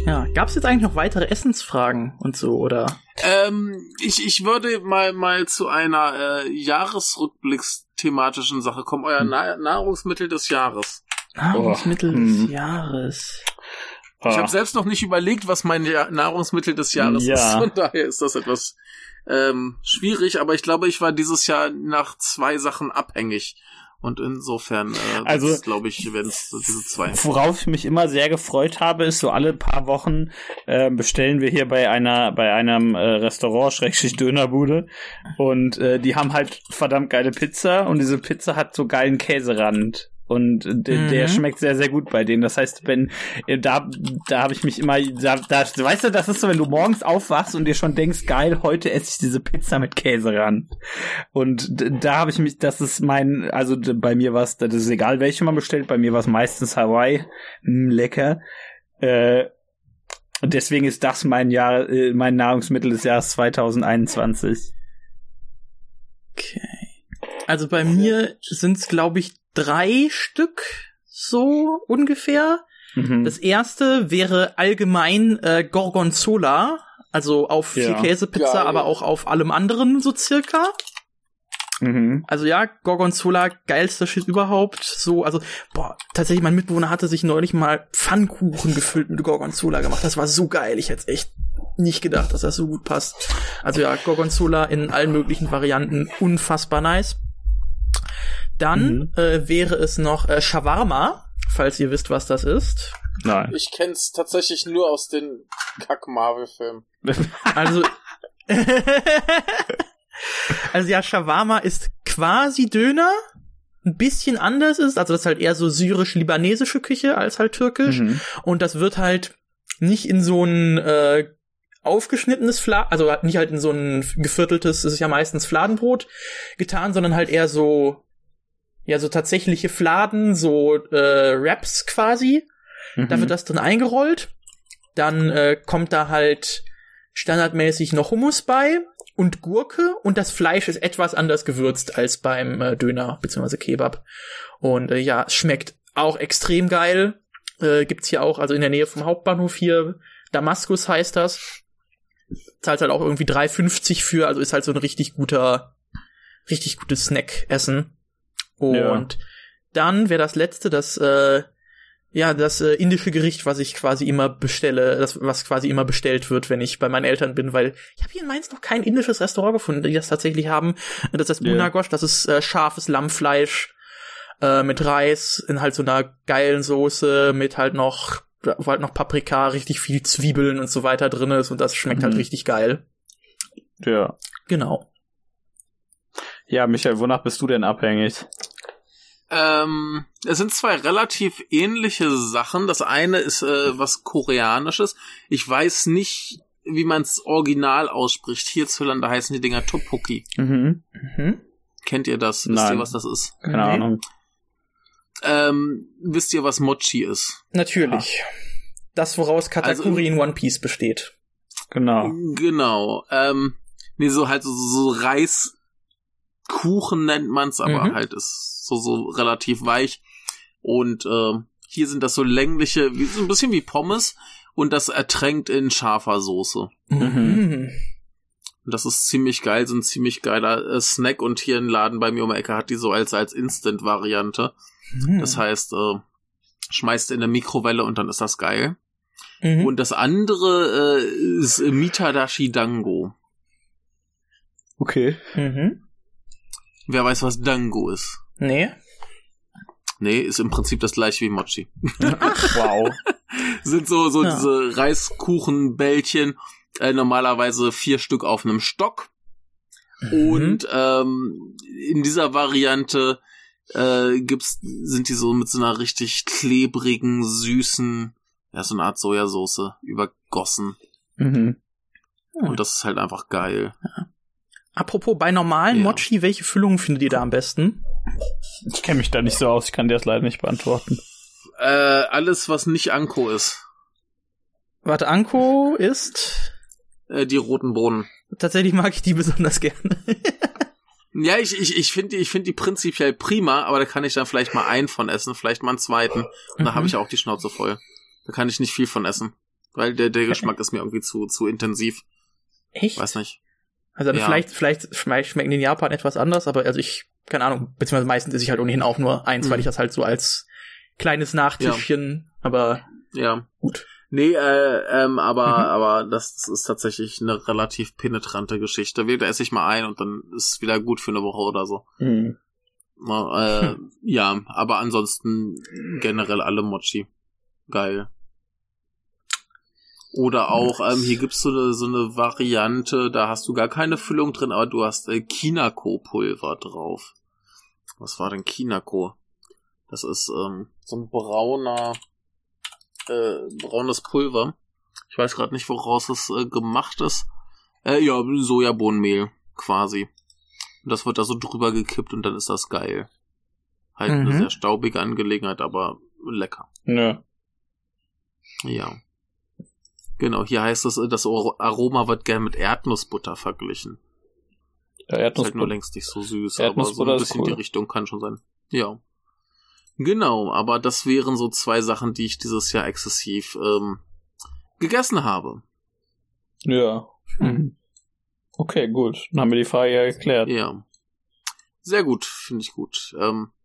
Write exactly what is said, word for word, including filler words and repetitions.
Ja, gab's jetzt eigentlich noch weitere Essensfragen und so, oder? Ähm, ich, ich würde mal, mal zu einer äh, Jahresrückblicksthematischen Sache kommen. Euer Na- Nahrungsmittel des Jahres. Nahrungsmittel Oh. des Hm. Jahres. Ich habe selbst noch nicht überlegt, was mein ja- Nahrungsmittel des Jahres Ja. ist. Von daher ist das etwas ähm, schwierig. Aber ich glaube, ich war dieses Jahr nach zwei Sachen abhängig. Und insofern, äh, Also, glaube ich, werden es so diese zwei. Worauf ich mich immer sehr gefreut habe, ist so alle paar Wochen äh, bestellen wir hier bei einer bei einem äh, Restaurant Schrägstrich Dönerbude und äh, die haben halt verdammt geile Pizza und diese Pizza hat so geilen Käserand. Und de- Mhm. der schmeckt sehr, sehr gut bei denen. Das heißt, wenn, äh, da, da habe ich mich immer, da, da, weißt du, das ist so, wenn du morgens aufwachst und dir schon denkst, geil, heute esse ich diese Pizza mit Käse ran. Und d- da habe ich mich, das ist mein, also d- bei mir war es, das ist egal, welche man bestellt, bei mir war es meistens Hawaii. Mm, lecker. Äh, und deswegen ist das mein Jahr, äh, mein Nahrungsmittel des Jahres zwanzig einundzwanzig. Okay. Also bei mir sind's, glaube ich, drei Stück, so ungefähr. Mhm. Das erste wäre allgemein äh, Gorgonzola, also auf Ja. viel Käsepizza, Geil. aber auch auf allem anderen so circa. Mhm. Also ja, Gorgonzola, geilster Shit überhaupt. So, also, boah, tatsächlich, mein Mitbewohner hatte sich neulich mal Pfannkuchen gefüllt mit Gorgonzola gemacht. Das war so geil. Ich hätte echt nicht gedacht, dass das so gut passt. Also ja, Gorgonzola in allen möglichen Varianten, unfassbar nice. Dann Mhm. äh, wäre es noch äh, Shawarma, falls ihr wisst, was das ist. Nein. Ich kenn's tatsächlich nur aus den Kack-Marvel-Filmen. Also, also ja, Shawarma ist quasi Döner, ein bisschen anders ist, also das ist halt eher so syrisch-libanesische Küche als halt türkisch. Mhm. Und das wird halt nicht in so ein äh, aufgeschnittenes Fladen, also nicht halt in so ein gevierteltes, es ist ja meistens Fladenbrot getan, sondern halt eher so, ja, so tatsächliche Fladen, so äh, Wraps quasi. Mhm. Da wird das drin eingerollt. Dann äh, kommt da halt standardmäßig noch Hummus bei und Gurke und das Fleisch ist etwas anders gewürzt als beim äh, Döner bzw. Kebab. Und äh, ja, es schmeckt auch extrem geil. Äh, gibt's hier auch, also in der Nähe vom Hauptbahnhof hier, Damaskus heißt das. Zahlt halt auch irgendwie drei fünfzig für, also ist halt so ein richtig guter, richtig gutes Snack-Essen. Und Ja. dann wäre das letzte, das äh, ja, das äh, indische Gericht, was ich quasi immer bestelle, das was quasi immer bestellt wird, wenn ich bei meinen Eltern bin, weil ich habe hier in Mainz noch kein indisches Restaurant gefunden, die das tatsächlich haben. Das ist Ja. Unagosh, das ist äh, scharfes Lammfleisch äh, mit Reis in halt so einer geilen Soße mit halt noch wo halt noch Paprika, richtig viel Zwiebeln und so weiter drin ist und das schmeckt Mhm. halt richtig geil. Ja. Genau. Ja, Michael, wonach bist du denn abhängig? Ähm, es sind zwei relativ ähnliche Sachen. Das eine ist äh, was Koreanisches. Ich weiß nicht, wie man es original ausspricht. Hierzulande heißen die Dinger Tteokbokki. Mhm. Mhm. Kennt ihr das? Wisst Nein. ihr, was das ist? Keine Nee. Ahnung. Ähm, wisst ihr, was Mochi ist? Natürlich. Das, woraus Katakuri Also- in One Piece besteht. Genau. Genau. Ähm, nee, so halt so, so Reiskuchen nennt man's, aber Mhm. halt ist so, so relativ weich. Und ähm, hier sind das so längliche, wie, so ein bisschen wie Pommes und das ertränkt in scharfer Soße. Mhm. Und das ist ziemlich geil, so ein ziemlich geiler äh, Snack. Und hier ein Laden bei mir um die Ecke hat die so als, als Instant-Variante. Mhm. Das heißt, äh, schmeißt in der Mikrowelle und dann ist das geil. Mhm. Und das andere äh, ist Mitadashi Dango. Okay. Mhm. Wer weiß, was Dango ist? Nee. Nee, ist im Prinzip das gleiche wie Mochi. Wow. Sind so, so Ja. diese Reiskuchenbällchen, äh, normalerweise vier Stück auf einem Stock. Und ähm, in dieser Variante äh, gibt's, sind die so mit so einer richtig klebrigen, süßen, ja, so eine Art Sojasauce übergossen. Mhm. Und das ist halt einfach geil. Apropos, bei normalen Ja. Mochi, welche Füllungen findet ihr da am besten? Ich kenne mich da nicht so aus, ich kann dir das leider nicht beantworten. Äh, alles, was nicht Anko ist. Warte, Anko ist... Äh, die roten Bohnen. Tatsächlich mag ich die besonders gerne. Ja, ich, ich, ich finde die, ich finde die prinzipiell prima, aber da kann ich dann vielleicht mal einen von essen, vielleicht mal einen zweiten. Und da Mhm. habe ich auch die Schnauze voll. Da kann ich nicht viel von essen. Weil der, der Geschmack ist mir irgendwie zu, zu intensiv. Echt? Weiß nicht. Also Ja. vielleicht, vielleicht schmecken die in Japan etwas anders, aber also ich, keine Ahnung, beziehungsweise meistens esse ich halt ohnehin auch nur eins, Mhm. weil ich das halt so als kleines Nachtischchen, aber Ja. gut. Nee, äh, ähm, aber, Mhm. aber das, das ist tatsächlich eine relativ penetrante Geschichte. Da esse ich mal ein und dann ist es wieder gut für eine Woche oder so. Mhm. Äh, ja, aber ansonsten generell alle Mochi. Geil. Oder auch, ähm, hier gibt's so eine, so eine Variante, da hast du gar keine Füllung drin, aber du hast äh, Kinako-Pulver drauf. Was war denn Kinako? Das ist ähm, so ein brauner, äh, braunes Pulver. Ich weiß gerade nicht, woraus es äh, gemacht ist. Äh, ja, Sojabohnenmehl quasi. Und das wird da so drüber gekippt und dann ist das geil. Halt Mhm. eine sehr staubige Angelegenheit, aber lecker. Ja. Ja. Genau, hier heißt es, das Aroma wird gern mit Erdnussbutter verglichen. Ja, Ist halt nur Erdnussbutter. längst nicht so süß, aber so Erdnussbutter ein ist bisschen cool. die Richtung kann schon sein. Ja. Genau, aber das wären so zwei Sachen, die ich dieses Jahr exzessiv ähm, gegessen habe. Ja. Mhm. Okay, gut. Dann haben wir die Frage ja geklärt. Ja. Sehr gut, finde ich gut. Ähm,